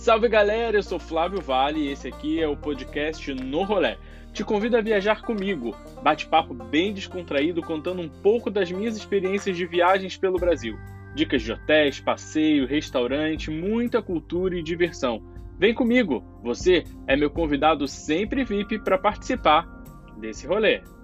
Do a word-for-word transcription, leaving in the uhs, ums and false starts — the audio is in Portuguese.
Salve galera, eu sou Flávio Vale e esse aqui é o podcast No Rolê. Te convido a viajar comigo, bate-papo bem descontraído contando um pouco das minhas experiências de viagens pelo Brasil. Dicas de hotéis, passeio, restaurante, muita cultura e diversão. Vem comigo, você é meu convidado sempre V I P para participar desse rolê.